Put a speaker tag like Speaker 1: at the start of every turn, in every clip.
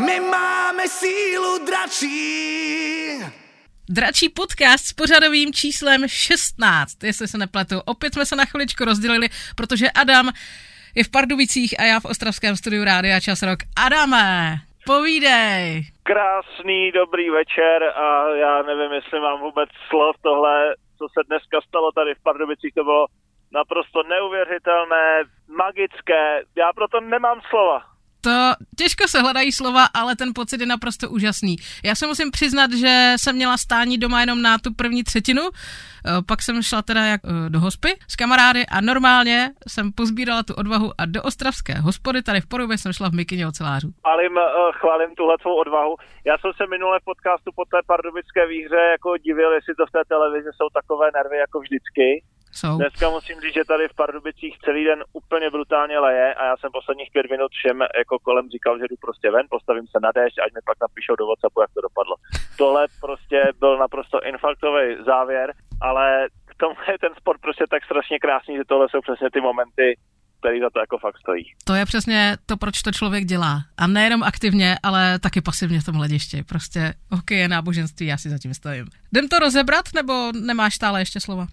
Speaker 1: My máme sílu dračí.
Speaker 2: Dračí podcast s pořadovým číslem 16, jestli se nepletu. Opět jsme se na chviličku rozdělili, protože Adam je v Pardubicích a já v ostravském studiu Rádia Čas Rock. Adame, povídej.
Speaker 3: Krásný, dobrý večer a já nevím, jestli mám vůbec slov. Tohle, co se dneska stalo tady v Pardubicích, to bylo naprosto neuvěřitelné, magické. Já proto nemám slova.
Speaker 2: To těžko se hledají slova, ale ten pocit je naprosto úžasný. Já se musím přiznat, že jsem měla stání doma jenom na tu první třetinu, pak jsem šla teda do hospy s kamarády a normálně jsem pozbírala tu odvahu a do ostravské hospody tady v Porubě jsem šla v mikině ocelářů.
Speaker 3: Chválím tuhle svou odvahu. Já jsem se minule v podcastu po té pardubické výhře jako divil, jestli to v té televizi jsou takové nervy jako vždycky. Dneska musím říct, že tady v Pardubicích celý den úplně brutálně leje a já jsem posledních 5 minut všem jako kolem říkal, že jdu prostě ven, postavím se na déšť, ať mi pak napíšou do WhatsAppu, jak to dopadlo. Tohle prostě byl naprosto infarktový závěr, ale k tomu je ten sport prostě tak strašně krásný, že tohle jsou přesně ty momenty, který za to jako fakt stojí.
Speaker 2: To je přesně to, proč to člověk dělá. A nejenom aktivně, ale taky pasivně v tom hledišti. Prostě hokej je náboženství, já si zatím stojím. Jdem to rozebrat, nebo nemáš stále ještě slova?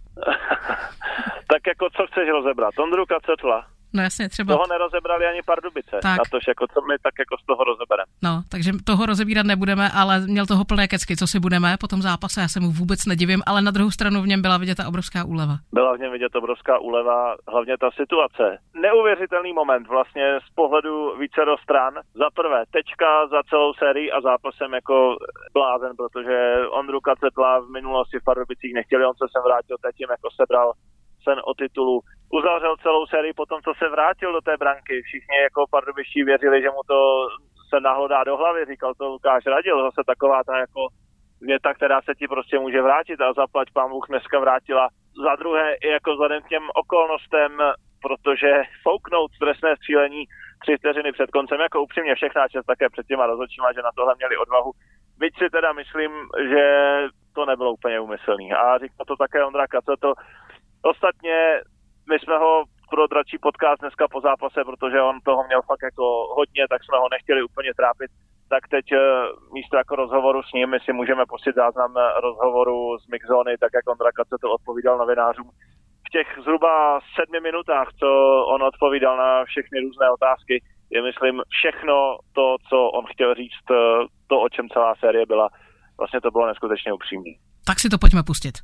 Speaker 3: Tak jako co chceš rozebrat? Ondru Kacetla.
Speaker 2: No jasně, třeba.
Speaker 3: Toho nerozebrali ani Pardubice.
Speaker 2: Tak.
Speaker 3: A tož jako co my tak jako z toho rozebereme.
Speaker 2: No, takže toho rozebírat nebudeme, ale měl toho plné kecky, co si budeme po tom zápase, já se mu vůbec nedivím, ale na druhou stranu v něm byla vidět ta obrovská úleva.
Speaker 3: Byla v něm vidět obrovská úleva, hlavně ta situace. Neuvěřitelný moment vlastně z pohledu vícero stran. Za prvé tečka za celou sérii a zápasem jako blázen, protože Ondru Kacetla v minulosti v Pardubicích nechtěli, on se sem vrátil, teď jim jako sebral sen o titulu. Uzavřel celou sérii potom, co se vrátil do té branky. Všichni jako pardubiští věřili, že mu to se nahlodá do hlavy. Říkal to Lukáš Radil, zase taková ta jako věta, která se ti prostě může vrátit a zaplať pán Bůh dneska vrátila. Za druhé i jako vzhledem k těm okolnostem, protože fouknout trestné střílení 3 vteřiny před koncem, jako upřímně všechná čest také před těma rozhodčíma, že na tohle měli odvahu. Byť si teda myslím, že to nebylo úplně úmyslný. A říkal to také Ondra Kacetl. Ostatně my jsme ho pro dračí podcast dneska po zápase, protože on toho měl fakt jako hodně, tak jsme ho nechtěli úplně trápit. Tak teď místo jako rozhovoru s ním, my si můžeme pustit záznam rozhovoru z Mixzóny, tak jak Ondra Kacetl odpovídal novinářům. V těch zhruba 7 minutách, co on odpovídal na všechny různé otázky, je myslím všechno to, co on chtěl říct, to, o čem celá série byla. Vlastně to bylo neskutečně upřímné.
Speaker 2: Tak si to pojďme pustit.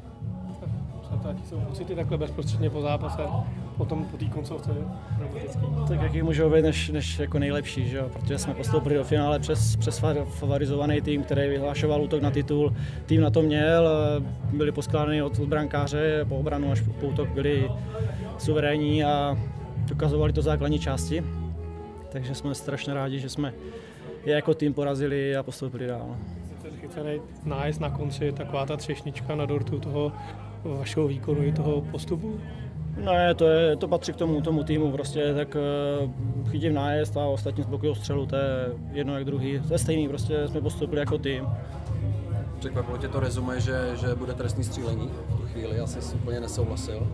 Speaker 4: Jaký jsou pocity takhle bezprostředně po zápase, potom po té koncovce dramatický?
Speaker 5: Tak jaký můžou být než jako nejlepší, že jo? Protože jsme postoupili do finále přes favorizovaný tým, který vyhlašoval útok na titul. Tým na to měl, byli poskládaný od brankáře, po obranu až po útok byli suverénní a dokazovali to základní části. Takže jsme strašně rádi, že jsme je jako tým porazili a postoupili dál.
Speaker 4: Chycený nájezd na konci, taková ta třešnička na dortu toho vašeho výkonu i toho postupu?
Speaker 5: Ne, to patří k tomu týmu, prostě tak chytím nájezd a ostatní zblokují střelu, to je jedno jak druhý, to je stejný, prostě jsme postupili jako tým.
Speaker 6: Překvapilo tě to rezumé, že bude trestní střílení? V tu chvíli asi jsi úplně nesouhlasil.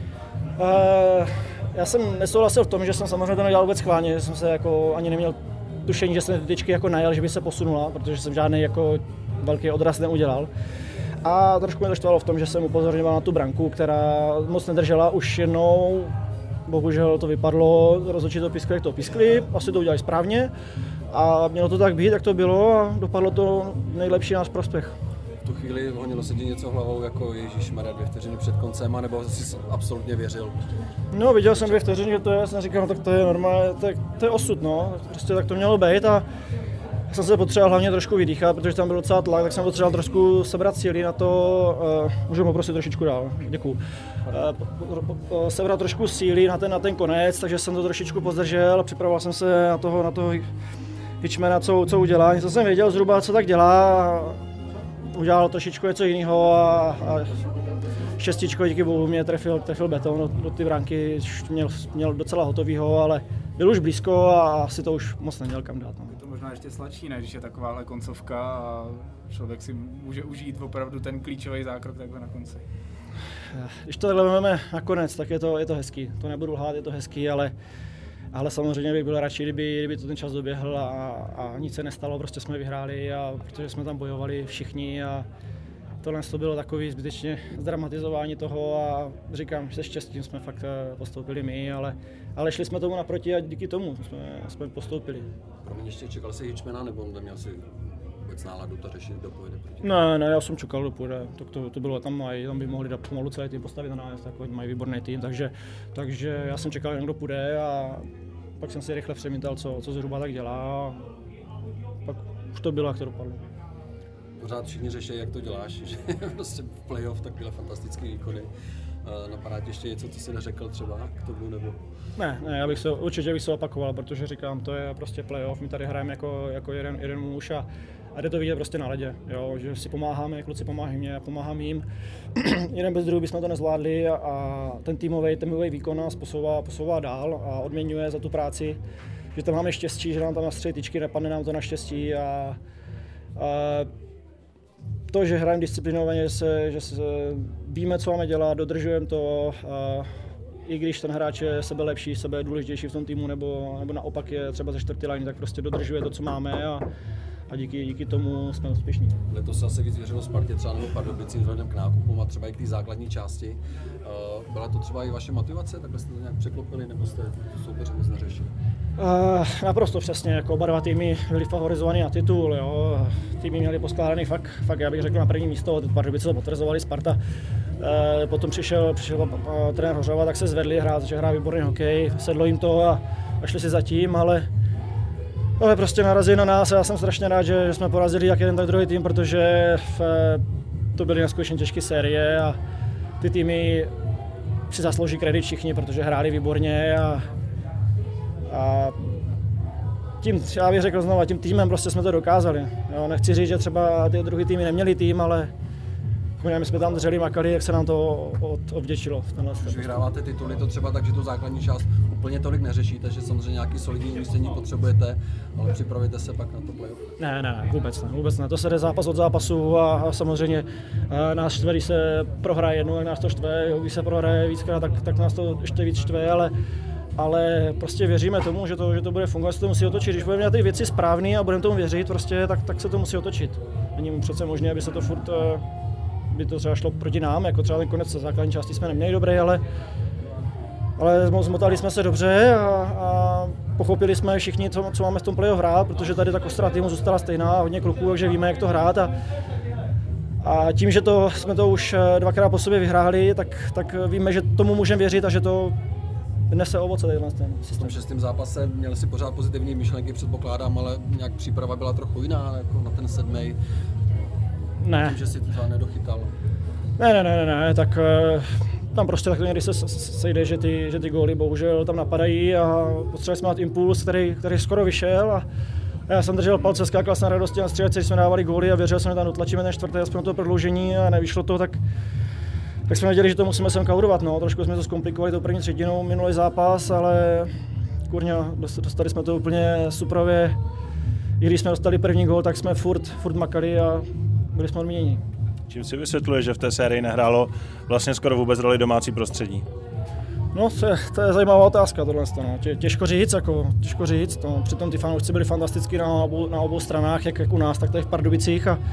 Speaker 5: Já jsem nesouhlasil v tom, že jsem samozřejmě to nedělal vůbec schválně, že jsem se jako ani neměl tušení, že jsem ty tyčky jako najel, že by se posunula, protože jsem žádný jako velký odraz neudělal. A trošku mě to štvalo v tom, že jsem upozorňoval na tu branku, která moc nedržela už jednou. Bohužel to vypadlo, rozhodčí to pískli, jak to pískli, asi to udělali správně. A mělo to tak být, jak to bylo a dopadlo to nejlepší náš prospěch.
Speaker 6: V tu chvíli honilo se ti něco hlavou jako ježišmarja 2 vteřiny před koncem, nebo jsi absolutně věřil?
Speaker 5: No, viděl jsem 2 vteřiny, že to je, jsem říkal, no, tak to je normálně, to je osud, no. Prostě tak to mělo být a jsem se potřeboval hlavně trošku vydýchat, protože tam byl docela tlak, tak jsem potřeboval trošku sebrat síly na to, můžu poprosit trošičku dál, děkuju. Sebrat trošku síly na ten konec, takže jsem to trošičku pozdržel a připravoval jsem se na toho hitchmana, co udělá. Něco jsem věděl zhruba, co tak dělá, udělal trošičku něco jiného a šestičko díky bohu mě trefil beton do ty bránky, měl docela hotovýho, ale byl už blízko a asi to už moc neměl kam dát. No.
Speaker 7: Je to možná ještě sladší, ne, když je takováhle koncovka a člověk si může užít opravdu ten klíčový zákrok takhle na konci.
Speaker 5: Když to takhle vezmeme nakonec, tak je to hezký. To nebudu lhát, je to hezký, ale Ale samozřejmě bych byl radši, kdyby to ten čas doběhl a nic se nestalo, prostě jsme vyhráli, a protože jsme tam bojovali všichni a tohle to bylo takový zbytečně zdramatizování toho a říkám, se štěstím jsme fakt postoupili my, ale šli jsme tomu naproti a díky tomu jsme postoupili.
Speaker 6: Promiň, ještě čekal jsi Hitchmana, nebo neměl jsi vůbec náladu to řešit, kdo pojede proti?
Speaker 5: Ne, já jsem čekal, kdo pojede, to bylo tam by mohli dát pomalu celý tým postavit na nájezd, takový mají výborný tým, takže já jsem čekal, kdo půjde a pak jsem si rychle přemítal, co zhruba tak dělá a pak už to bylo, jak to dopadlo.
Speaker 6: Pořád všichni řeší, jak to děláš, že prostě v playoff takovýhle fantastický výkony. Napadá ti ještě něco, co jsi neřekl třeba k tomu, nebo?
Speaker 5: Ne, určitě bych se opakoval, protože říkám, to je prostě playoff, my tady hrajeme jako jeden muž a jde to vidět prostě na ledě, jo, že si pomáháme, kluci pomáhají mě, já pomáhám jim. Jeden bez druhého bychom to nezvládli a ten týmový výkon nás posouvá dál a odměňuje za tu práci, že tam máme štěstí, že nám tam nastřelí tyčky, nepadne nám to na štěstí a to, že hrajeme disciplinovaně, že víme, co máme dělat, dodržujeme to, i když ten hráč je sebe lepší, sebe důležitější v tom týmu, nebo naopak je třeba ze čtvrtý line, tak prostě dodržuje to, co máme a díky tomu jsme úspěšní.
Speaker 6: Letos se asi víc věřilo Spartě třeba nebo Pardubicím vzhledem k nákupům a třeba i k té základní části. Byla to třeba i vaše motivace, takhle jste to nějak překlopili, nebo jste soupeře moc neřešili?
Speaker 5: Naprosto přesně, jako oba dva týmy byli favorizovaný na titul, jo. Týmy měli poskládaný fakt, já bych řekl, na první místo, Pardubice to potvrzovali, Sparta. Potom přišel trenér Hořava, tak se zvedli hrát, že hrá výborný hokej, sedlo jim to a šli si za tím, ale prostě narazili na nás a já jsem strašně rád, že jsme porazili jak jeden, tak druhý tým, protože to byly neskutečně těžké série a ty týmy si zaslouží kredit všichni, protože hráli výborně a tím, já bych řekl znova, tím týmem prostě jsme to dokázali. Jo, nechci říct, že třeba ty druhý týmy neměli tým, ale my jsme tam dřeli, makali, jak se nám to odvděčilo.
Speaker 6: Když vyhráváte tituly, to třeba tak, že tu základní část úplně tolik neřešíte, že samozřejmě nějaký solidní umístění potřebujete, ale připravíte se pak na to playoff?
Speaker 5: Ne, vůbec ne. To se jde zápas od zápasu a samozřejmě nás štve, když se prohraje jednou, jak nás to štve, když se prohraje víckrát, tak nás to ještě víc štve, ale prostě věříme tomu, že to bude fungovat, se to musí otočit. Když budeme dělat ty věci správný a budeme tomu věřit, prostě, tak se to musí otočit. Není přece možné, aby se to furt by to třeba šlo proti nám, jako třeba ten konec základní části jsme neměli dobrý, ale zmotali jsme se dobře a pochopili jsme všichni, co máme v tom playoff hrát, protože tady ta kostra týmu zůstala stejná, hodně kluků, takže víme, jak to hrát a tím, že jsme to už dvakrát po sobě vyhráli, tak víme, že tomu můžeme věřit a že to nese ovoce tady ten systém.
Speaker 6: V tom šestém zápase měli si pořád pozitivní myšlenky, předpokládám, ale nějak příprava byla trochu jiná, jako na ten sedmý.
Speaker 5: Ne.
Speaker 6: Tím, že si to třeba nedochytal.
Speaker 5: Ne, tak tam prostě tak někdy se sejde, že ty góly bohužel tam napadají a potřebovali jsme dát impuls, který skoro vyšel a já jsem držel palce, skákal jsem na radosti na střílece, když jsme dávali góly a věřil jsem, že tam dotlačíme ten čtvrtý aspoň to prodloužení a nevyšlo to, tak jsme věděli, že to musíme sem kaurovat, no. Trošku jsme to zkomplikovali tou první třetinou, minulý zápas, ale kurňa, dostali jsme to úplně suprově. I když jsme dostali první gól, tak jsme furt makali a byli jsme odměněni.
Speaker 8: Čím si vysvětluje, že v té sérii nehrálo vlastně skoro vůbec roli domácí prostředí?
Speaker 5: No, to je zajímavá otázka tohle. No. Těžko říct. No. Přitom ty fanoušci byli fantastický na obou stranách, jak u nás, tak tady v Pardubicích. A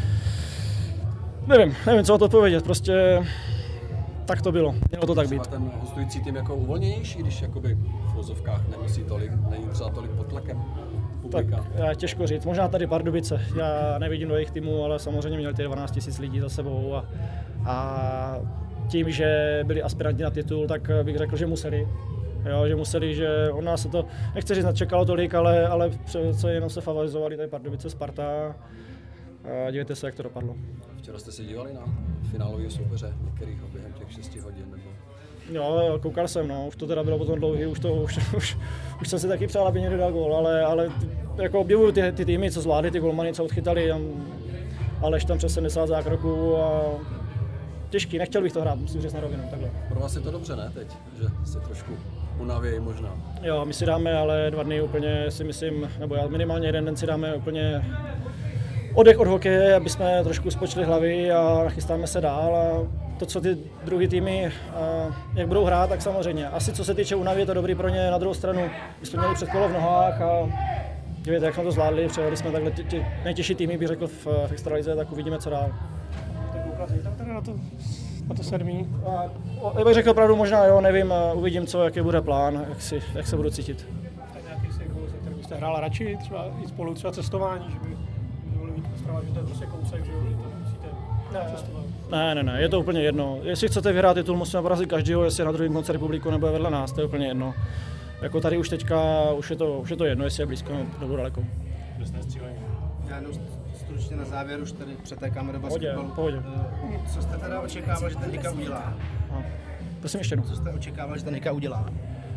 Speaker 5: nevím, co o to odpovědět. Prostě tak to bylo. Mělo to tak být.
Speaker 6: Ten hostující tým jako uvolněnější, když jakoby v vozovkách nemusí tolik, není třeba tolik pod tlakem publika?
Speaker 5: Tak těžko říct. Možná tady Pardubice. Já nevidím do jejich týmu, ale samozřejmě měli ty 12 000 lidí za sebou a tím, že byli aspiranti na titul, tak bych řekl, že museli. Jo, že museli, že od nás se to, nechci říct, nečekalo tolik, ale co jenom se favorizovali tady Pardubice, Sparta. A dívejte se, jak to dopadlo. Včera
Speaker 6: jste se dívali na finálového soupeře některých během těch 6 hodin? Nebo?
Speaker 5: Jo, koukal jsem, no. Už to teda bylo potom dlouhý, už jsem si taky přál, aby někdo dal gól, ale jako obdivuju ty týmy, co zvládli, ty golmany, co odchytali, Aleš tam přes 70 zákroků a těžký, nechtěl bych to hrát, musím říct na rovinu, takhle.
Speaker 6: Pro vás je to dobře, ne, teď, že se trošku unavějí možná?
Speaker 5: Jo, my si dáme ale 2 dny úplně, si myslím, nebo já minimálně 1 den si dáme úplně oddech od hokeje, aby jsme trošku spočili hlavy a chystáme se dál a to, co ty druhý týmy, jak budou hrát, tak samozřejmě. Asi co se týče únavy, je to dobrý pro ně. Na druhou stranu, my jsme měli předkolo v nohách a víte, jak jsme to zvládli. Převedli jsme takhle nejtěžší týmy, bych řekl, v extralize, tak uvidíme, co dál.
Speaker 4: Tak koukali tam teda na to 7.
Speaker 5: Já bych řekl pravdu, možná jo, nevím, uvidím, jaký bude plán, jak se budu cítit.
Speaker 4: Tak nějaký se byste hrál radši, třeba i spolu třeba cestování, že by bylo víc Ostrava, že to je prostě kousek, že to musíte cestovat.
Speaker 5: Ne, je to úplně jedno. Jestli chcete vyhrát titul, musíme porazit každého, jestli na druhém konci republiku nebo vedle nás, to je úplně jedno. Jako tady už teďka, už je to jedno, jestli je blízko nebo daleko.
Speaker 9: Já jenom stručně na závěr, už tady přetékáme do basketbalu.
Speaker 5: Pohodě.
Speaker 9: Co jste teda očekával, že ten Nika udělá?
Speaker 5: Prosím ještě jednou.
Speaker 9: Co jste očekával, že ten Nika udělá?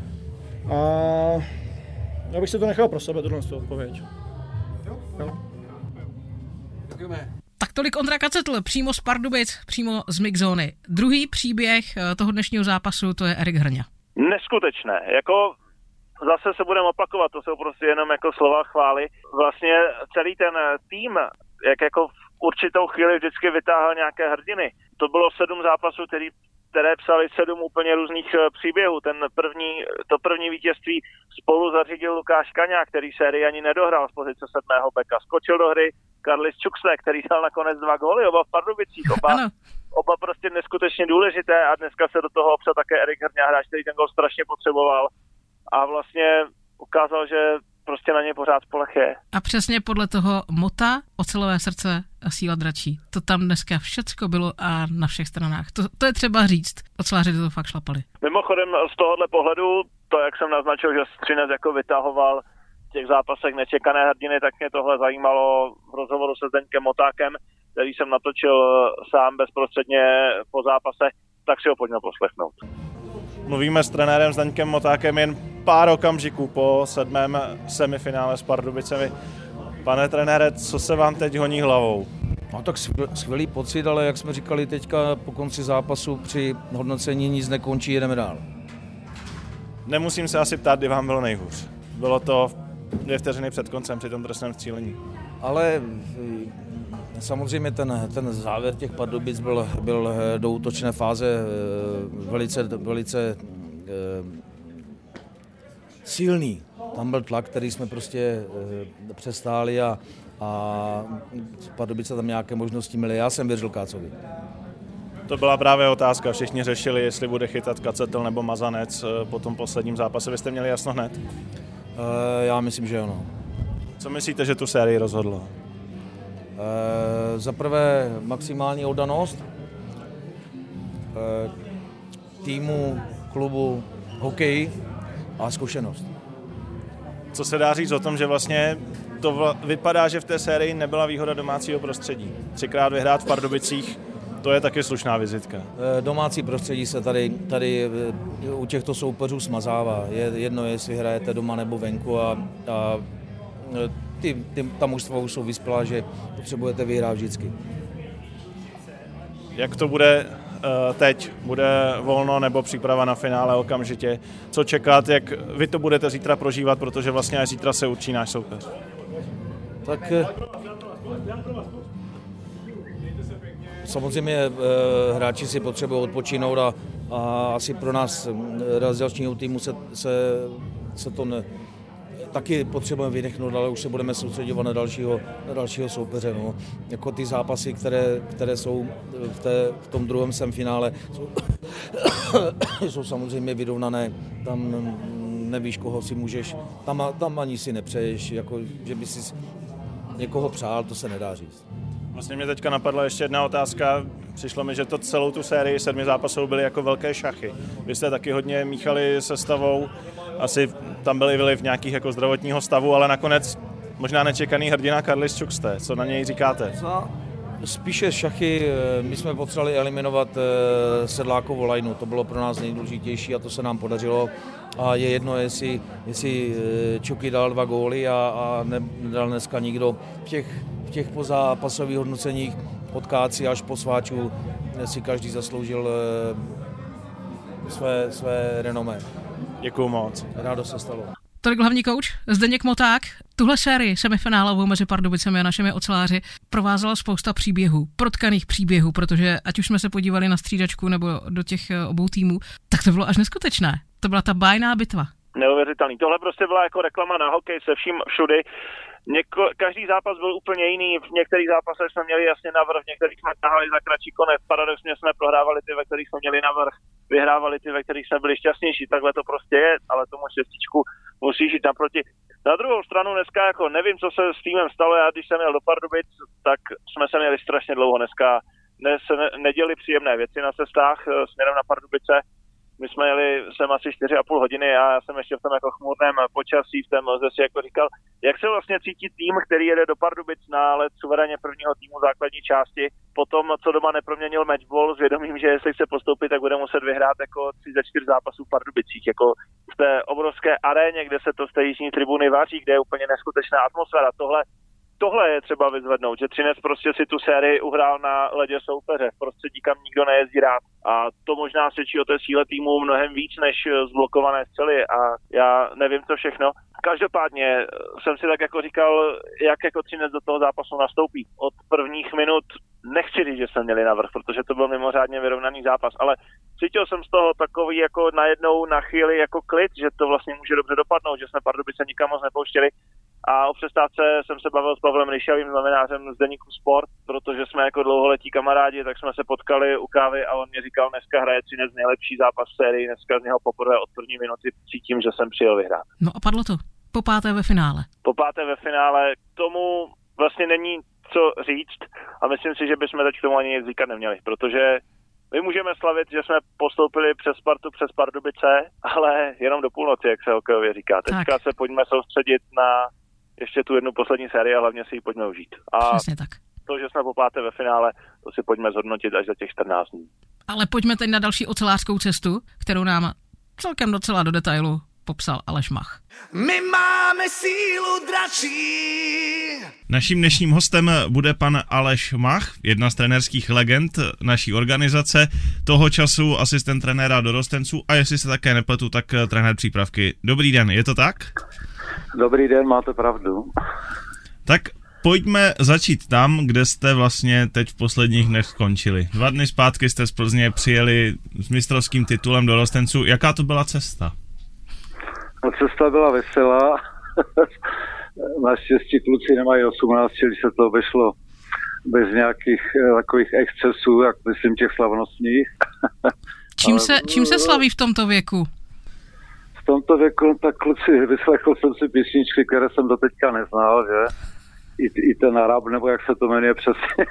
Speaker 5: Já bych si to nechal pro sebe, tuhle odpověď. Jo.
Speaker 6: Děkujeme.
Speaker 2: Tak tolik Ondra Kacetl, přímo z Pardubic, přímo z mixzóny. Druhý příběh toho dnešního zápasu, to je Erik Hrňa.
Speaker 3: Neskutečné, jako zase se budeme opakovat, to jsou prostě jenom jako slova chvály. Vlastně celý ten tým, jak jako v určitou chvíli vždycky vytáhl nějaké hrdiny. To bylo 7 zápasů, které psali 7 úplně různých příběhů. To první vítězství spolu zařídil Lukáš Kaňa, který sérii ani nedohrál z pozice 7. beka. Skočil do hry Karlis Čukste, který dal nakonec 2 góly, oba v Pardubicích, oba prostě neskutečně důležité a dneska se do toho opřel také Erik Hrňa, hráč, který ten gól strašně potřeboval a vlastně ukázal, že prostě na něj pořád spoleh je.
Speaker 2: A přesně podle toho mota Ocelové srdce a síla dračí. To tam dneska všecko bylo a na všech stranách. To je třeba říct. Oceláři to fakt šlapali.
Speaker 3: Mimochodem z tohohle pohledu, to jak jsem naznačil, že Střinec jako vytahoval v těch zápasech nečekané hrdiny, tak mě tohle zajímalo v rozhovoru se Zdeňkem Motákem, který jsem natočil sám bezprostředně po zápase, tak si ho pojďme poslechnout.
Speaker 8: Mluvíme s trenérem Zdeňkem Motákem jen pár okamžiků po 7. semifinále s Pardubicemi. Pane trenére, co se vám teď honí hlavou?
Speaker 10: No tak skvělý pocit, ale jak jsme říkali teďka po konci zápasu při hodnocení nic nekončí, jedeme dál.
Speaker 8: Nemusím se asi ptát, kdy vám bylo nejhůř. Bylo to 2 vteřiny před koncem při tom trestném střílení.
Speaker 10: Ale samozřejmě ten závěr těch Pardubic byl do útočné fáze velice silný. Tam byl tlak, který jsme prostě přestáli a Pardubice tam nějaké možnosti měly. Já jsem věřil Kácovi.
Speaker 8: To byla právě otázka. Všichni řešili, jestli bude chytat Kacetl nebo Mazanec po tom posledním zápase. Vy jste měli jasno hned?
Speaker 10: Já myslím, že ano.
Speaker 8: Co myslíte, že tu sérii rozhodlo?
Speaker 10: Za prvé maximální oddanost týmu, klubu, hokej a zkušenost.
Speaker 8: Co se dá říct o tom, že vlastně to vypadá, že v té sérii nebyla výhoda domácího prostředí. 3krát vyhrát v Pardubicích, to je taky slušná vizitka.
Speaker 10: Domácí prostředí se tady u těchto soupeřů smazává. Je jedno, jestli hrajete doma nebo venku a ta mužstva už jsou vyspělá, že potřebujete vyhrát vždycky.
Speaker 8: Jak to bude teď? Bude volno nebo příprava na finále okamžitě? Co čekat, jak vy to budete zítra prožívat, protože vlastně až zítra se určí náš soupeř?
Speaker 10: Tak samozřejmě hráči si potřebují odpočinout a asi pro nás realizačního týmu se to taky potřebujeme vydechnout, ale už se budeme soustředovat na dalšího soupeře. No. Jako ty zápasy, které jsou v tom druhém semifinále, jsou samozřejmě vyrovnané. Tam nevíš, koho si můžeš, tam ani si nepřeješ, jako, že by si někoho přál, to se nedá říct.
Speaker 8: Vlastně mě teďka napadla ještě jedna otázka. Přišlo mi, že to celou tu sérii 7 zápasů byly jako velké šachy. Vy jste taky hodně míchali sestavou, asi tam byli vliv nějakých jako zdravotního stavu, ale nakonec možná nečekaný hrdina Karlis Čukste. Co na něj říkáte?
Speaker 10: Spíše šachy, my jsme potřebovali eliminovat Sedlákovu lajnu, to bylo pro nás nejdůležitější a to se nám podařilo. A je jedno, jestli Čuky dal 2 góly a nedal dneska nikdo. V těch pozápasových hodnoceních od Káci až po Sváčů si každý zasloužil své renomé.
Speaker 8: Děkuju moc.
Speaker 10: Rádo se stalo.
Speaker 2: Tolik hlavní kouč Zdeněk Moták. Tuhle sérii semifinálovou mezi Pardubicemi a našimi oceláři provázela spousta příběhů, protkaných příběhů, protože ať už jsme se podívali na střídačku nebo do těch obou týmů, tak to bylo až neskutečné. To byla ta bájná bitva.
Speaker 3: Neuvěřitelný. Tohle prostě byla jako reklama na hokej se vším všudy. Každý zápas byl úplně jiný, v některých zápasech jsme měli jasně navrch, v některých jsme tahali za kratší konec, paradoxně jsme prohrávali ty, ve kterých jsme měli navrch, vyhrávali ty, ve kterých jsme byli šťastnější, takhle to prostě je, ale tomu štěstíčku musí žít naproti. Na druhou stranu dneska jako nevím, co se s týmem stalo, já když jsem jel do Pardubic, tak jsme se měli strašně dlouho dneska, se neděli příjemné věci na cestách směrem na Pardubice. My jsme jeli sem asi 4,5 hodiny a já jsem ještě v tom jako chmurném počasí, v té mlze si jako říkal, jak se vlastně cítí tým, který jede do Pardubic na let suverénně prvního týmu základní části, potom co doma neproměnil matchball s vědomím, že jestli chce postoupit, tak bude muset vyhrát jako 3 ze 4 zápasů v Pardubicích, jako v té obrovské aréně, kde se to z té jižní tribuny vaří, kde je úplně neskutečná atmosféra. Tohle je třeba vyzvednout, že Třinec prostě si tu sérii uhrál na ledě soupeře, v prostředí, kam nikdo nejezdí rád. A to možná svědčí o té síle týmu mnohem víc než zblokované střely a já nevím co všechno. Každopádně jsem si tak jako říkal, jak jako Třinec do toho zápasu nastoupí. Od prvních minut nechci říct, že jsme měli navrch, protože to byl mimořádně vyrovnaný zápas, ale cítil jsem z toho takový jako najednou na chvíli jako klid, že to vlastně může dobře dopadnout, že jsme Pardubice nikam moc nepouštěli. A o přestávce jsem se bavil s Pavlem Ryšavým, novinářem z deníku Sport, protože jsme jako dlouholetí kamarádi, tak jsme se potkali u kávy a on mě říkal, dneska hraje Třinec nejlepší zápas v sérii, dneska z něho poprvé od první minuty cítím, že jsem přijel vyhrát.
Speaker 2: No a padlo to. Po páté ve finále.
Speaker 3: Po páté ve finále, k tomu vlastně není co říct a myslím si, že bychom teď k tomu ani nic říkat neměli, protože my můžeme slavit, že jsme postoupili přes Spartu, přes Pardubice, ale jenom do půlnoci, jak se hokejově říká. Teďka se pojďme soustředit na ještě tu jednu poslední sérii a hlavně si ji pojďme užít. A
Speaker 2: přesně tak.
Speaker 3: To, že jsme po páté ve finále, to si pojďme zhodnotit až za těch 14 dní.
Speaker 2: Ale pojďme teď na další ocelářskou cestu, kterou nám celkem docela do detailu popsal Aleš Mach.
Speaker 1: My máme sílu dračí.
Speaker 8: Naším dnešním hostem bude pan Aleš Mach, jedna z trenérských legend naší organizace, toho času asistent trenéra dorostenců a jestli se také nepletu, tak trenér přípravky. Dobrý den, je to tak?
Speaker 11: Dobrý den, máte pravdu.
Speaker 8: Tak pojďme začít tam, kde jste vlastně teď v posledních dnech skončili. 2 dny zpátky jste z Plzně přijeli s mistrovským titulem dorostenců. Jaká to byla cesta?
Speaker 11: No, cesta byla veselá. Naštěstí kluci nemají 18, čili se to obešlo bez nějakých takových excesů, jak myslím těch slavnostních.
Speaker 2: Čím se slaví v tomto věku?
Speaker 11: V tomto věku, tak kluci, vyslechl jsem si písničky, které jsem doteďka neznal, že? I ten Arab, nebo jak se to jmenuje přesně,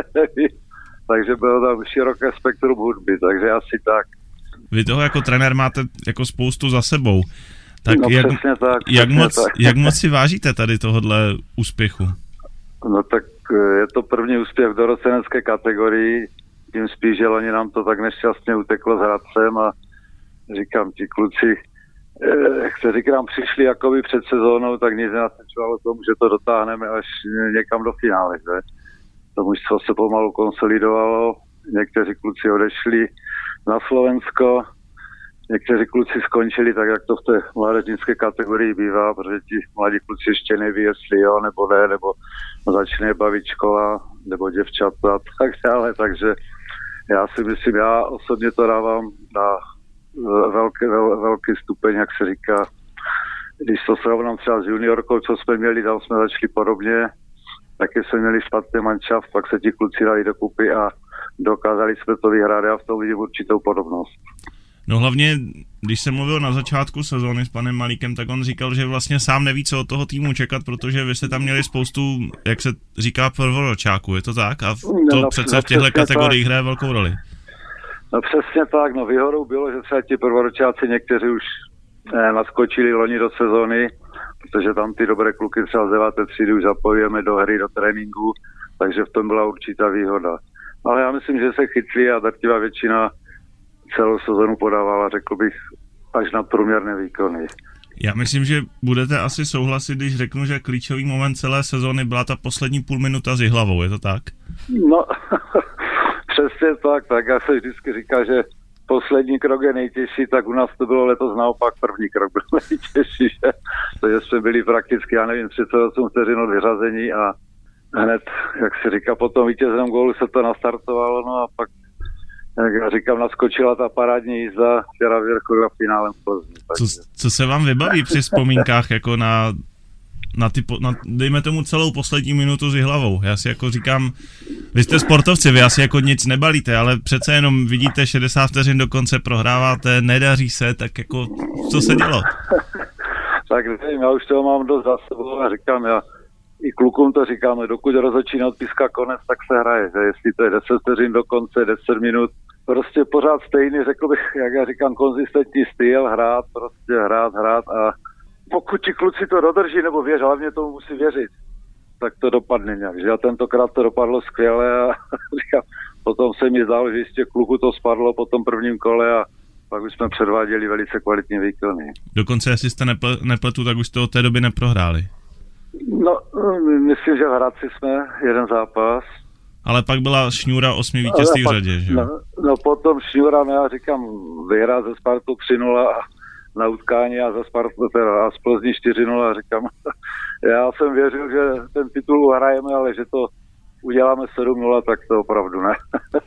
Speaker 11: takže bylo tam široké spektrum hudby, takže asi tak.
Speaker 8: Vy toho jako trenér máte jako spoustu za sebou. Tak,
Speaker 11: no,
Speaker 8: jak moc si vážíte tady tohodle úspěchu?
Speaker 11: No tak je to první úspěch v dorostenecké kategorii, tím spíš, že loni nám to tak nešťastně uteklo s Hradcem a říkám ti kluci, jak se říkám, přišli jakoby před sezónou, tak nic nenasvědčovalo tomu, že to dotáhneme až někam do finále, že? To mužstvo se pomalu konsolidovalo, někteří kluci odešli na Slovensko, někteří kluci skončili tak, jak to v té mládežnické kategorii bývá, protože ti mladí kluci ještě neví, jestli jo, nebo ne, nebo začne bavit škola, nebo děvčata a tak dále, takže já si myslím, já osobně to dávám na velký stupeň, jak se říká. Když to srovnám třeba s juniorkou, co jsme měli, tam jsme začali podobně, taky jsme měli špatný manšaft, pak se ti kluci dali dokupy a dokázali jsme to vyhrát, já v tom vidím určitou podobnost.
Speaker 8: No hlavně, když jsem mluvil na začátku sezóny s panem Malíkem, tak on říkal, že vlastně sám neví, co od toho týmu čekat, protože vy jste tam měli spoustu, jak se říká, prvoročáků, je to tak? A to přece v těchto kategoriích hraje velkou roli.
Speaker 11: No přesně tak, no výhodou bylo, že třeba ti prvoročáci někteří už naskočili loni do sezóny, protože tam ty dobré kluky třeba z 9. třídy už zapojujeme do hry, do tréninku, takže v tom byla určitá výhoda. Ale já myslím, že se chytli a drtivá většina celou sezonu podávala, řekl bych, až na průměrné výkony.
Speaker 8: Já myslím, že budete asi souhlasit, když řeknu, že klíčový moment celé sezóny byla ta poslední půl minuta s Jihlavou, je to tak?
Speaker 11: No, přesně tak já se vždycky říká, že poslední krok je nejtěžší, tak u nás to bylo letos naopak, první krok byl nejtěžší, že? byli prakticky, já nevím, 38 vteřin od vyřazení a hned, jak se říká, po tom vítězném gólu se to nastartovalo, no a pak, jak já říkám, naskočila ta parádní jízda, která vyvrcholila finálem v Plzni.
Speaker 12: Co se vám vybaví při vzpomínkách jako na dejme tomu celou poslední minutu s Jihlavou? Já si jako říkám, vy jste sportovci, vy asi jako nic nebalíte, ale přece jenom vidíte 60 vteřin do konce, prohráváte, nedaří se, tak jako co se dělo?
Speaker 11: Tak nevím, já už toho mám dost za sebou a říkám, já i klukům to říkáme, dokud rozhodčí neodpíská konec, tak se hraje, že jestli to je 10 vteřin do konce, 10 minut, prostě pořád stejný, řekl bych, jak já říkám, konzistentní styl, hrát a pokud ti kluci to dodrží nebo věří, hlavně tomu musí věřit, tak to dopadne nějak, že a tentokrát to dopadlo skvěle a říkám, potom se mi zdálo, že z těch kluků to spadlo po tom prvním kole a pak už jsme předváděli velice kvalitní výkony.
Speaker 12: Dokonce, jestli jste nepletu, tak už jste od té doby neprohráli.
Speaker 11: No, myslím, že v Hradci jsme jeden zápas.
Speaker 12: Ale pak byla šňůra 8 vítězství v řadě, že jo?
Speaker 11: No potom šňůra, já říkám, vyhrát ze Spartu 3-0 na utkání a a z Plzni 4-0 a říkám, já jsem věřil, že ten titul uhrajeme, ale že to uděláme 7-0, tak to opravdu ne.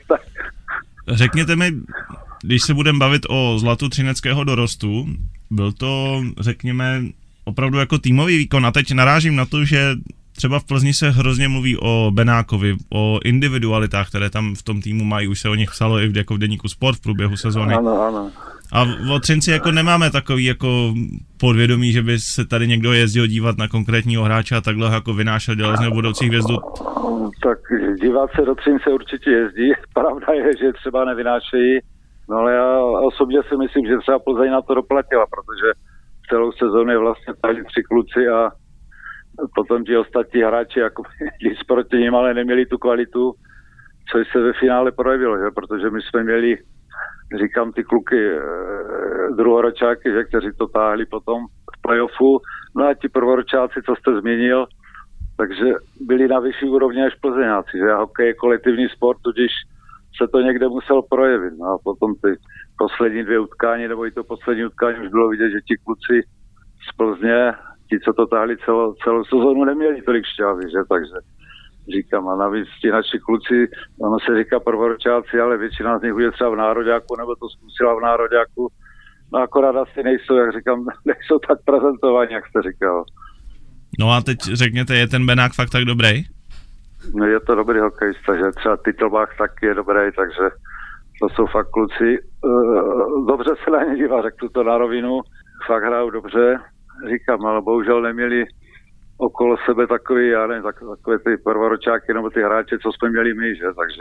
Speaker 12: Řekněte mi, když se budeme bavit o zlatu třineckého dorostu, byl to, řekněme, opravdu jako týmový výkon a teď narážím na to, že třeba v Plzni se hrozně mluví o Benákovi, o individualitách, které tam v tom týmu mají, už se o nich psalo i jako v deníku Sport v průběhu sezóny.
Speaker 11: Ano.
Speaker 12: A v Třinci jako nemáme takový jako podvědomí, že by se tady někdo jezdil dívat na konkrétního hráče a takhle jako vynášel dělal z něho budoucí hvězdu.
Speaker 11: Tak dívat se do Třince určitě jezdí. Pravda je, že třeba nevynášejí, no ale já osobně si myslím, že třeba Plzeň na to doplatila, protože celou sezónu je vlastně tady 3 kluci a potom ti ostatní hráči jako nic proti nim, ale neměli tu kvalitu, což se ve finále projevilo, že? Protože my jsme měli, říkám, ty kluky druhoročáky, že? Kteří to táhli potom v playoffu, no a ti prvoročáci, co jste zmínil, takže byli na vyšší úrovni než Plzeňáci, že hokej je kolektivní sport, tudíž se to někde musel projevit, no a potom ty poslední 2 utkání, nebo i to poslední utkání už bylo vidět, že ti kluci z Plzně, ti, co to táhli celou sezónu, neměli tolik šťávy, že, takže říkám, a navíc ti naši kluci, ono se říká prvoročáci, ale většina z nich bude třeba v nároďáku, nebo to zkusila v nároďáku, no akorát asi nejsou, jak říkám, nejsou tak prezentovaní, jak jste říkal.
Speaker 12: No a teď řekněte, je ten Benák fakt tak dobrý?
Speaker 11: No je to dobrý hokejista, že třeba Titlbach taky je dobrý, takže to jsou fakt kluci. Dobře se na ně dívá, řeknu to na rovinu, fakt hrajou dobře, říkám, ale bohužel neměli okolo sebe takový, já nevím, takové ty prvoročáky nebo ty hráče, co jsme měli my, že, takže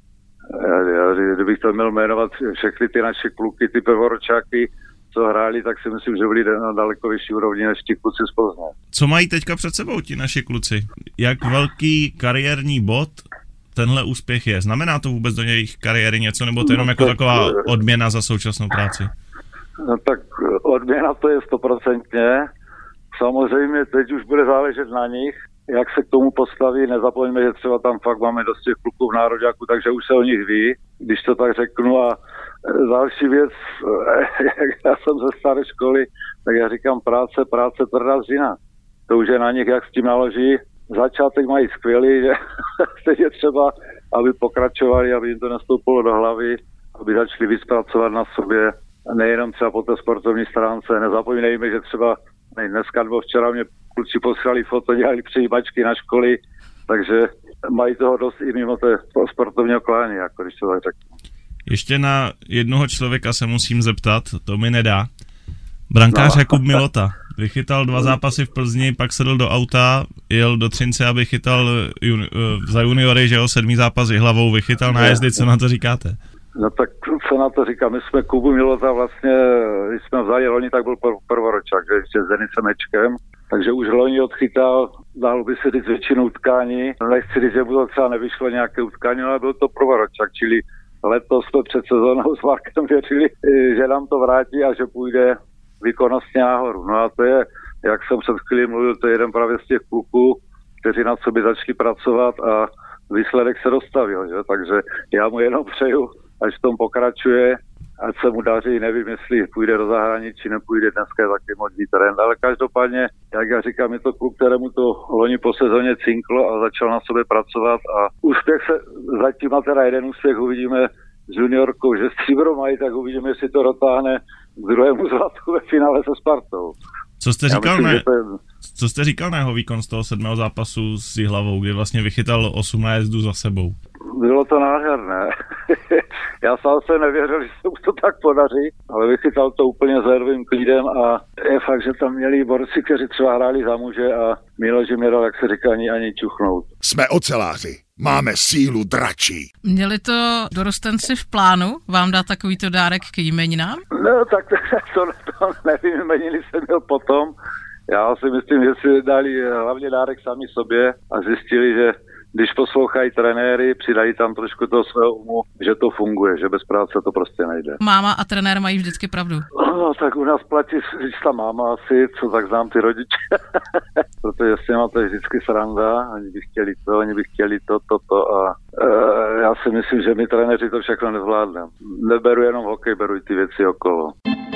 Speaker 11: já, kdybych to měl jmenovat všechny ty naše kluky, ty prvoročáky, co hráli, tak si myslím, že byli na daleko vyšší úrovni než ti kluci z Plzně.
Speaker 12: Co mají teďka před sebou ti naši kluci? Jak velký kariérní bod tenhle úspěch je? Znamená to vůbec do jejich kariéry něco, nebo to jenom jako taková odměna za současnou práci?
Speaker 11: No tak odměna to je 100%. Samozřejmě teď už bude záležet na nich, jak se k tomu postaví. Nezapomeňme, že třeba tam fakt máme dost těch kluků v nároďáku, takže už se o nich ví, když to tak řeknu. A další věc, já jsem ze staré školy, tak já říkám práce, tvrdá dřina. To už je na nich, jak s tím naloží. Začátek mají skvělý, že teď je třeba, aby pokračovali, aby jim to nastoupilo do hlavy, aby začali vyspracovat na sobě, nejenom třeba po té sportovní stránce. Nezapomínejme, že třeba dneska nebo včera mě kluci posílali foto, dělali přijímačky na školy, takže mají toho dost i mimo té sportovního klání, jako když to tak řeknu.
Speaker 12: Ještě na jednoho člověka se musím zeptat, to mi nedá. Brankář Jakub Milota vychytal 2 zápasy v Plzni, pak sedl do auta, jel do Třince, aby chytal za juniory, že jo, 7. zápas Jihlavou, vychytal nájezdy, co na to říkáte?
Speaker 11: No tak co na to říkám, my jsme Kubu Milota vlastně, když jsme vzali loni, tak byl prvoročák, že ještě s Denisem Hečkem, takže už loni odchytal, dalo by se říct většinu utkání, nechci říct, že mu to třeba nevyšlo nějaké utkání, ale byl to prvoročák, čili letos jsme před sezónou s Markem věřili, že nám to vrátí a že půjde výkonnostně nahoru. No a to je, jak jsem před chvílí mluvil, to je jeden právě z těch kluků, kteří na sobě začali pracovat a výsledek se dostavil, že? Takže já mu jenom přeju, až v tom pokračuje ať se mu daří, nevím, jestli půjde do zahraničí, nepůjde, dneska je taky možný trend, ale každopádně, jak já říkám, je to klub, kterému to loni po sezóně cinklo a začal na sobě pracovat a úspěch se, zatím má teda jeden úspěch, uvidíme s juniorkou, že stříbro mají, tak uvidíme, jestli to dotáhne k druhému zlatu ve finále se Spartou.
Speaker 12: Co jste říkal na jeho výkon z toho 7. zápasu s Jihlavou, kdy vlastně vychytal 8 nájezdů za sebou?
Speaker 11: Bylo to nádherné. Já sám se nevěřil, že se mu to tak podaří, ale vychytal to úplně s ledovým klídem a je fakt, že tam měli borci, kteří třeba hráli za muže a Miloš jim nedal, jak se říká, ani čuchnout.
Speaker 1: Jsme oceláři. Máme sílu dračí.
Speaker 2: Měli to dorostenci v plánu vám dát takovýto dárek k jmeninám?
Speaker 11: No, tak to nevím, jmeniny jsem měl potom. Já si myslím, že si dali hlavně dárek sami sobě a zjistili, že když poslouchají trenéry, přidají tam trošku toho svého umu, že to funguje, že bez práce to prostě nejde.
Speaker 2: Máma a trenér mají vždycky pravdu.
Speaker 11: No, tak u nás platí ta máma asi, co tak znám ty rodiče. Protože s těma to je vždycky sranda, oni by chtěli to a já si myslím, že my trenéři to všechno nezvládneme. Neberu jenom hokej, beru i ty věci okolo.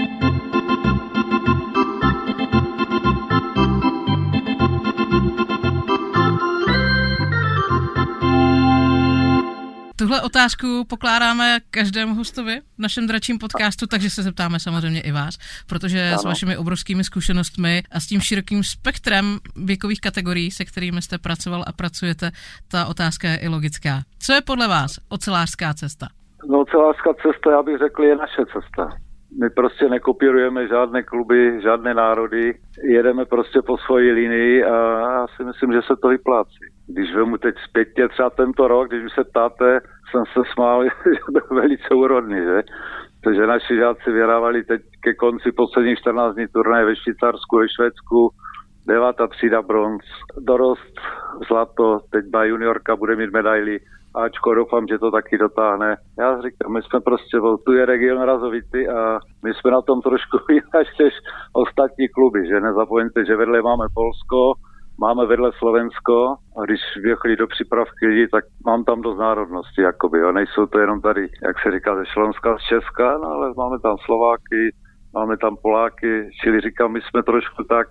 Speaker 2: Tuhle otázku pokládáme každému hostovi v našem dračím podcastu, takže se zeptáme samozřejmě i vás, protože s vašimi obrovskými zkušenostmi a s tím širokým spektrem věkových kategorií, se kterými jste pracoval a pracujete, ta otázka je i logická. Co je podle vás ocelářská cesta?
Speaker 11: No, ocelářská cesta, já bych řekl, je naše cesta. My prostě nekopírujeme žádné kluby, žádné národy, jedeme prostě po svoji linii a já si myslím, že se to vyplácí. Když vemu teď zpětně třeba tento rok, když se ptáte, jsem se smál, že byl velice úrodný, že? Takže naši žáci vyhrávali teď ke konci posledních 14 dní turnaje ve Švýcarsku, ve Švédsku, 9. třída bronz, dorost zlato, teď má juniorka, bude mít medaili, Ačko, doufám, že to taky dotáhne. Já říkám, my jsme prostě, tu je region razovitý a my jsme na tom trošku jinak než ostatní kluby, že nezapomeňte, že vedle máme Polsko, máme vedle Slovensko a když vyjechali do přípravky lidi, tak mám tam dost národnosti, jakoby, jo. Nejsou to jenom tady, jak se říká, ze Slovenska, z Česka, no ale máme tam Slováky, máme tam Poláky, čili říkám, my jsme trošku tak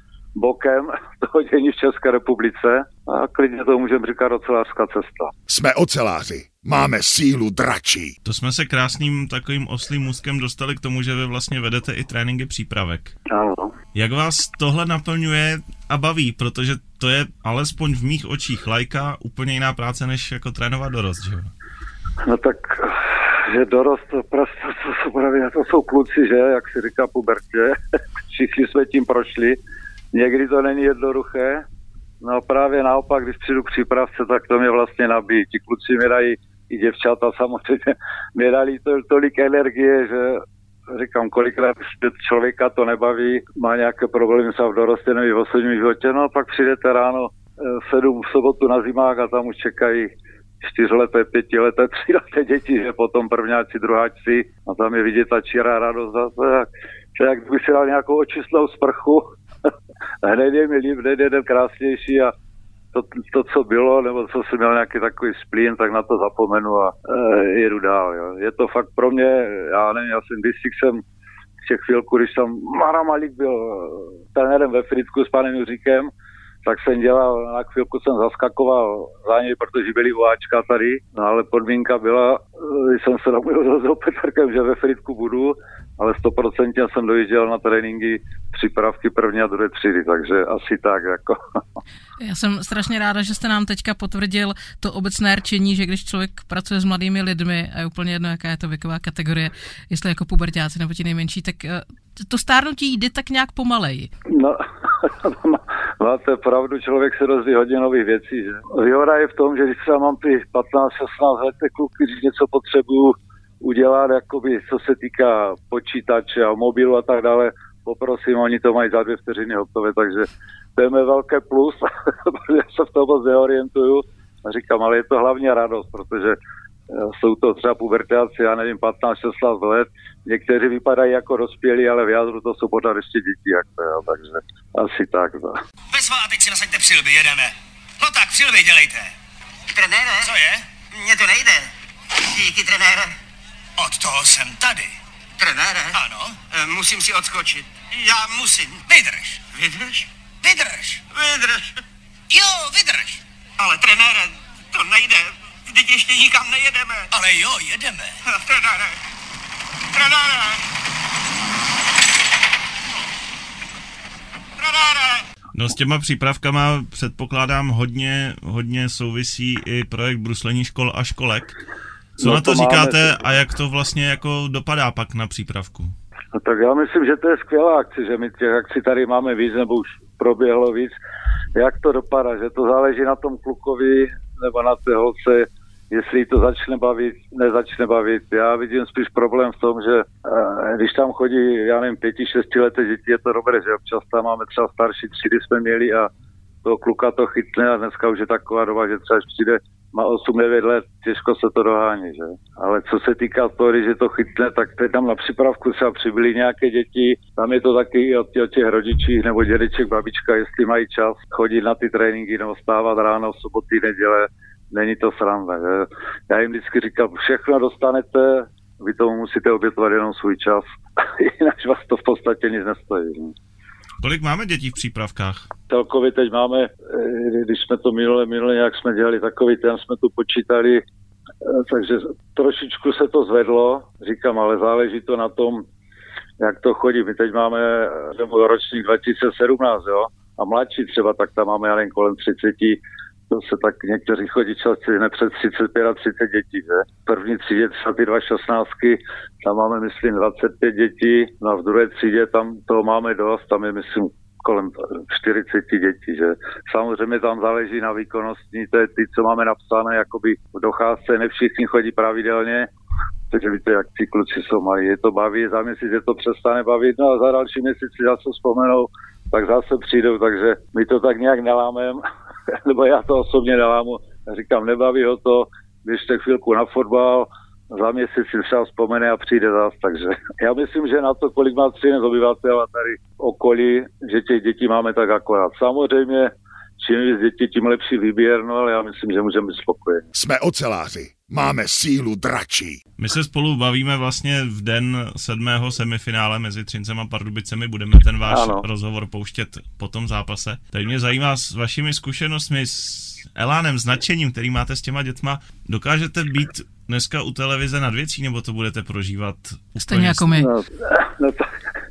Speaker 11: bokem toho dění v České republice a klidně to můžeme říkat ocelářská cesta.
Speaker 1: Jsme oceláři, máme sílu dračí.
Speaker 12: To jsme se krásným takovým oslým můstkem dostali k tomu, že vy vlastně vedete i tréninky přípravek.
Speaker 11: Ano.
Speaker 12: Jak vás tohle naplňuje a baví, protože to je alespoň v mých očích lajka úplně jiná práce, než jako trénovat dorost, že jo?
Speaker 11: No tak, že dorost, prostě to jsou kluci, že, jak si říká pubertě, všichni jsme tím prošli. Někdy to není jednoduché, no právě naopak, když přijdu k přípravce, tak to mě vlastně nabíjí. Ti kluci mi dají, i děvčata samozřejmě, mi dali tolik energie, že říkám, kolikrát člověka to nebaví, má nějaké problémy se v dorostené v osobním životě, no pak přijdete ráno 7 v sobotu na zimák a tam už čekají 4leté, 5leté, 3leté děti, že potom prvňáci, druháčci a tam je vidět ta čirá radost. To jak kdyby si dal nějakou očistnou sprchu, hned je mi líp, hned je den krásnější a to, co bylo, nebo co jsem měl nějaký takový splín, tak na to zapomenu a jedu dál. Jo. Je to fakt pro mě, já nevím, když jsem ještě chvilku, když tam Mara Malík byl trenérem ve Frýdku s panem Juříkem, tak jsem dělal, na chvilku jsem zaskakoval za něj, protože byli UAčka tady, no ale podmínka byla, když jsem se domluvil s Petrkem, že ve Frýdku budu, ale 100% jsem dojížděl na tréninky přípravky první a druhé třídy, takže asi tak jako.
Speaker 2: Já jsem strašně ráda, že jste nám teďka potvrdil to obecné rčení, že když člověk pracuje s mladými lidmi a je úplně jedno, jaká je to věková kategorie, jestli jako puberťáci nebo ti nejmenší, tak to stárnutí jde tak nějak pomaleji.
Speaker 11: No, máte pravdu, člověk se dozví hodně nových věcí, že? Výhoda je v tom, že když třeba mám ty 15-16 let kluky, když něco potřebuju udělat, jakoby, co se týká počítače a mobilu a tak dále, poprosím, oni to mají za 2 vteřiny hotové, takže to je mé velké plus, protože se v tom moc neorientuju a říkám, ale je to hlavně radost, protože jsou to třeba pubertáci, já nevím, 15-16 let, někteří vypadají jako dospělí, ale v jádru to jsou pořád ještě děti, jak to je, takže asi tak. No.
Speaker 1: Bezva, a teď si nasaďte přilby, jedeme. No tak, přilby dělejte.
Speaker 13: Trenére?
Speaker 1: Co je?
Speaker 13: Mně to nejde. Díky, trenére.
Speaker 1: Od toho jsem tady. Trenére? Ano. Musím si odskočit. Já musím. Vydrž. Vydrž? Vydrž. Vydrž. Jo, vydrž. Ale trenére, to nejde. Vždyť ještě nikam nejedeme. Ale jo, jedeme. Trenére. Trenére. Trenére.
Speaker 12: No s těma přípravkama předpokládám hodně souvisí i projekt bruslení škol a školek. Co na to říkáte a jak to vlastně jako dopadá pak na přípravku?
Speaker 11: No tak já myslím, že to je skvělá akce, že my těch akcí tady máme víc, nebo už proběhlo víc. Jak to dopadá, že to záleží na tom klukovi nebo na té holce, jestli to začne bavit, nezačne bavit. Já vidím spíš problém v tom, že když tam chodí, já nevím, 5-6 leté děti, je to dobré, že občas tam máme třeba starší třídy jsme měli a toho kluka to chytne a dneska už je taková doba, že třeba přijde, má 8-9 let, těžko se to dohání, že? Ale co se týká toho, že to chytne, tak tam na přípravku třeba přibyly nějaké děti, tam je to taky o těch rodičích nebo dědeček, babička, jestli mají čas chodit na ty tréninky nebo stávat ráno, v soboty, neděle, není to sranda, že? Já jim vždycky říkám, všechno dostanete, vy tomu musíte obětovat jenom svůj čas, jinak vás to v podstatě nic nestojí. Že?
Speaker 12: Kolik máme dětí v přípravkách?
Speaker 11: Celkově teď máme, když jsme to minule nějak jsme dělali takový ten, jsme tu počítali, takže trošičku se to zvedlo, říkám, ale záleží to na tom, jak to chodí. My teď máme ročník 2017, jo, a mladší třeba, tak tam máme jen kolem 30, to se tak někteří chodíčáci hned před 35 a 30 dětí, že? V první třídě třeba ty 216, tam máme, myslím, 25 dětí, no a v druhé třídě tam toho máme dost, tam je, myslím, kolem 40 dětí, že? Samozřejmě tam záleží na výkonnostní, to je ty, co máme napsané, jakoby v docházce, ne všichni chodí pravidelně, takže víte, jak ti kluci jsou malí, je to baví, za měsíc je to přestane bavit, no a za další měsíc si zase vzpomenou, tak zase přijdou, takže my to tak nějak nelámeme, nebo já to osobně nelámu, říkám, nebaví ho to, běžte chvilku na fotbal, za měsíc si třeba vzpomene a přijde zás, takže já myslím, že na to, kolik má Třinec obyvatel a tady okolí, že těch dětí máme tak akorát. Samozřejmě, čím víc dětí, tím lepší výběr, no ale já myslím, že můžeme být spokojeni.
Speaker 13: Jsme oceláři, máme sílu dračí.
Speaker 12: My se spolu bavíme vlastně v den 7. semifinále mezi Třincem a Pardubicemi, budeme ten váš rozhovor pouštět po tom zápase. Teď mě zajímá s vašimi zkušenostmi, s elánem, s nadšením, který máte s těma dětma, dokážete být dneska u televize nad věcí, nebo to budete prožívat
Speaker 2: stejně jako my?
Speaker 11: No tak,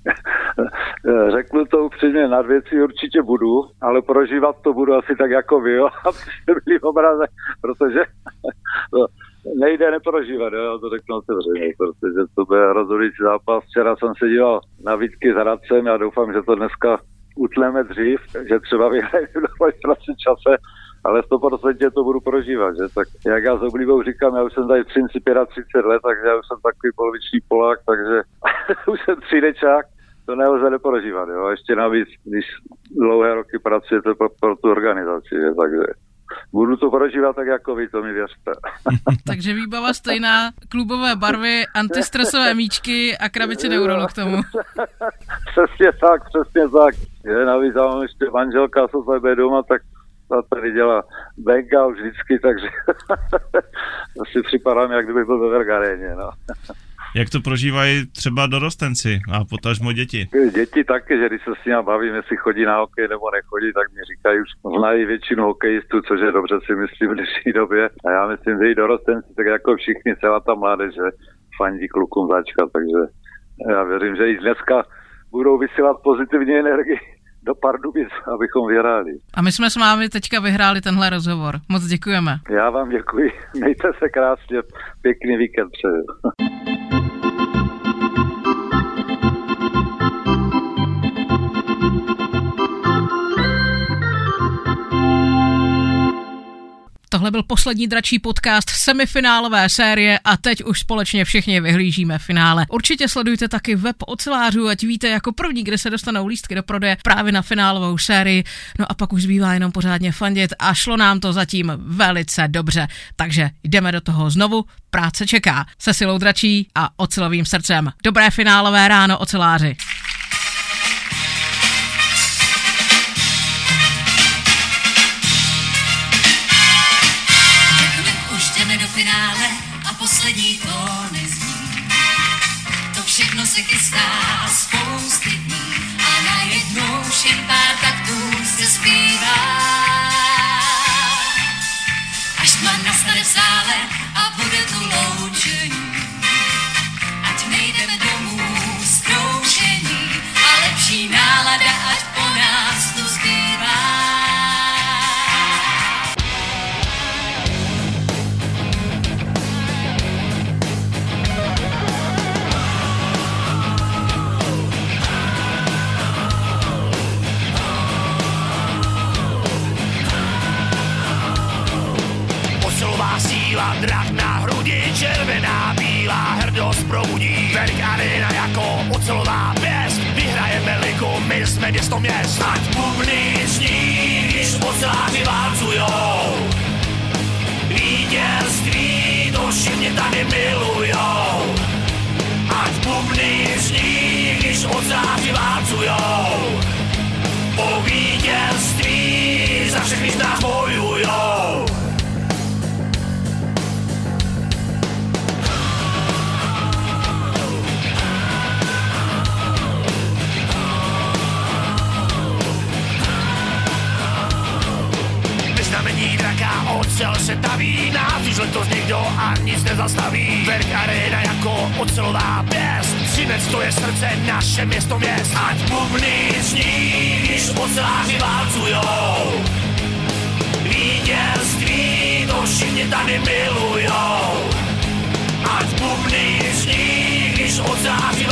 Speaker 11: řeknu to upřímně, nad věcí určitě budu, ale prožívat to budu asi tak jako vy, jo, abyste byli v obraze, protože nejde neprožívat, jo, já to řeknu otevřeně, protože to bude rozhodující zápas. Včera jsem se díval na výtky s Hradcem, já doufám, že to dneska utleme dřív, že třeba vyhrajeme v čase, ale 100% to budu prožívat, že? Tak jak já s oblíbou říkám, já už jsem tady v Třinci 35 let, takže já už jsem takový poloviční Polák, takže už jsem třídečák, to nelze neprožívat, jo. Ještě navíc, když dlouhé roky pracujete pro tu organizaci, že? Takže budu to prožívat tak jako vy, to mi věřte.
Speaker 2: Takže výbava stejná, klubové barvy, antistresové míčky a krabici Neurolu k tomu.
Speaker 11: Přesně tak. Je, navíc já mám ještě manželka, co tady bude doma, tak ta tady dělá banka už vždycky, takže to si připadám, jak kdybych byl ve Vergaréně, no.
Speaker 12: Jak to prožívají třeba dorostenci a potažmo děti?
Speaker 11: Děti taky, že když se s nimi bavím, jestli chodí na hokej nebo nechodí, tak mi říkají, už znají většinu hokejistů, což je dobře, si myslím, v dnešní době. A já myslím, že i dorostenci, tak jako všichni, celá ta mládež, že fandí klukům začka, takže já věřím, že i dneska budou vysílat pozitivní energii do Pardubic, abychom vyhráli.
Speaker 2: A my jsme s vámi teďka vyhráli tenhle rozhovor. Moc děkujeme.
Speaker 11: Já vám děkuji. Mějte se krásně. Pěkný víkend přeju.
Speaker 2: Tohle byl poslední dračí podcast semifinálové série a teď už společně všichni vyhlížíme finále. Určitě sledujte taky web ocelářů, ať víte jako první, kde se dostanou lístky do prodeje právě na finálovou sérii. No a pak už zbývá jenom pořádně fandit a šlo nám to zatím velice dobře. Takže jdeme do toho znovu, práce čeká se silou dračí a ocelovým srdcem. Dobré finálové ráno, oceláři.
Speaker 14: Finále a poslední tóny zní. To všechno a bude tu loučení. Ať nejdeme domů zkroušení a lepší nálada, ať po nás tu zbývá.
Speaker 15: Síla, drak na hrudi, červená, bílá, hrdost probudí. Verk Arena jako ocelová pěst, vyhrajeme ligu, my jsme město měst. Ať bubny zní, když oceláři válcujou. Vítězství, to všichni tady milujou. Ať bubny zní, když oceláři válcujou. Po vítězství za všechny z nás bojujou. Znamení draka, ocel se taví, nás letos nikdo a nic nezastaví. Verk Arena jako ocelová pěst, Třinec to je srdce, naše město měst. Ať bubny zní, když oceláři válcujou. Vítězství, to všichni tady milujou. Ať bubny zní, když oceláři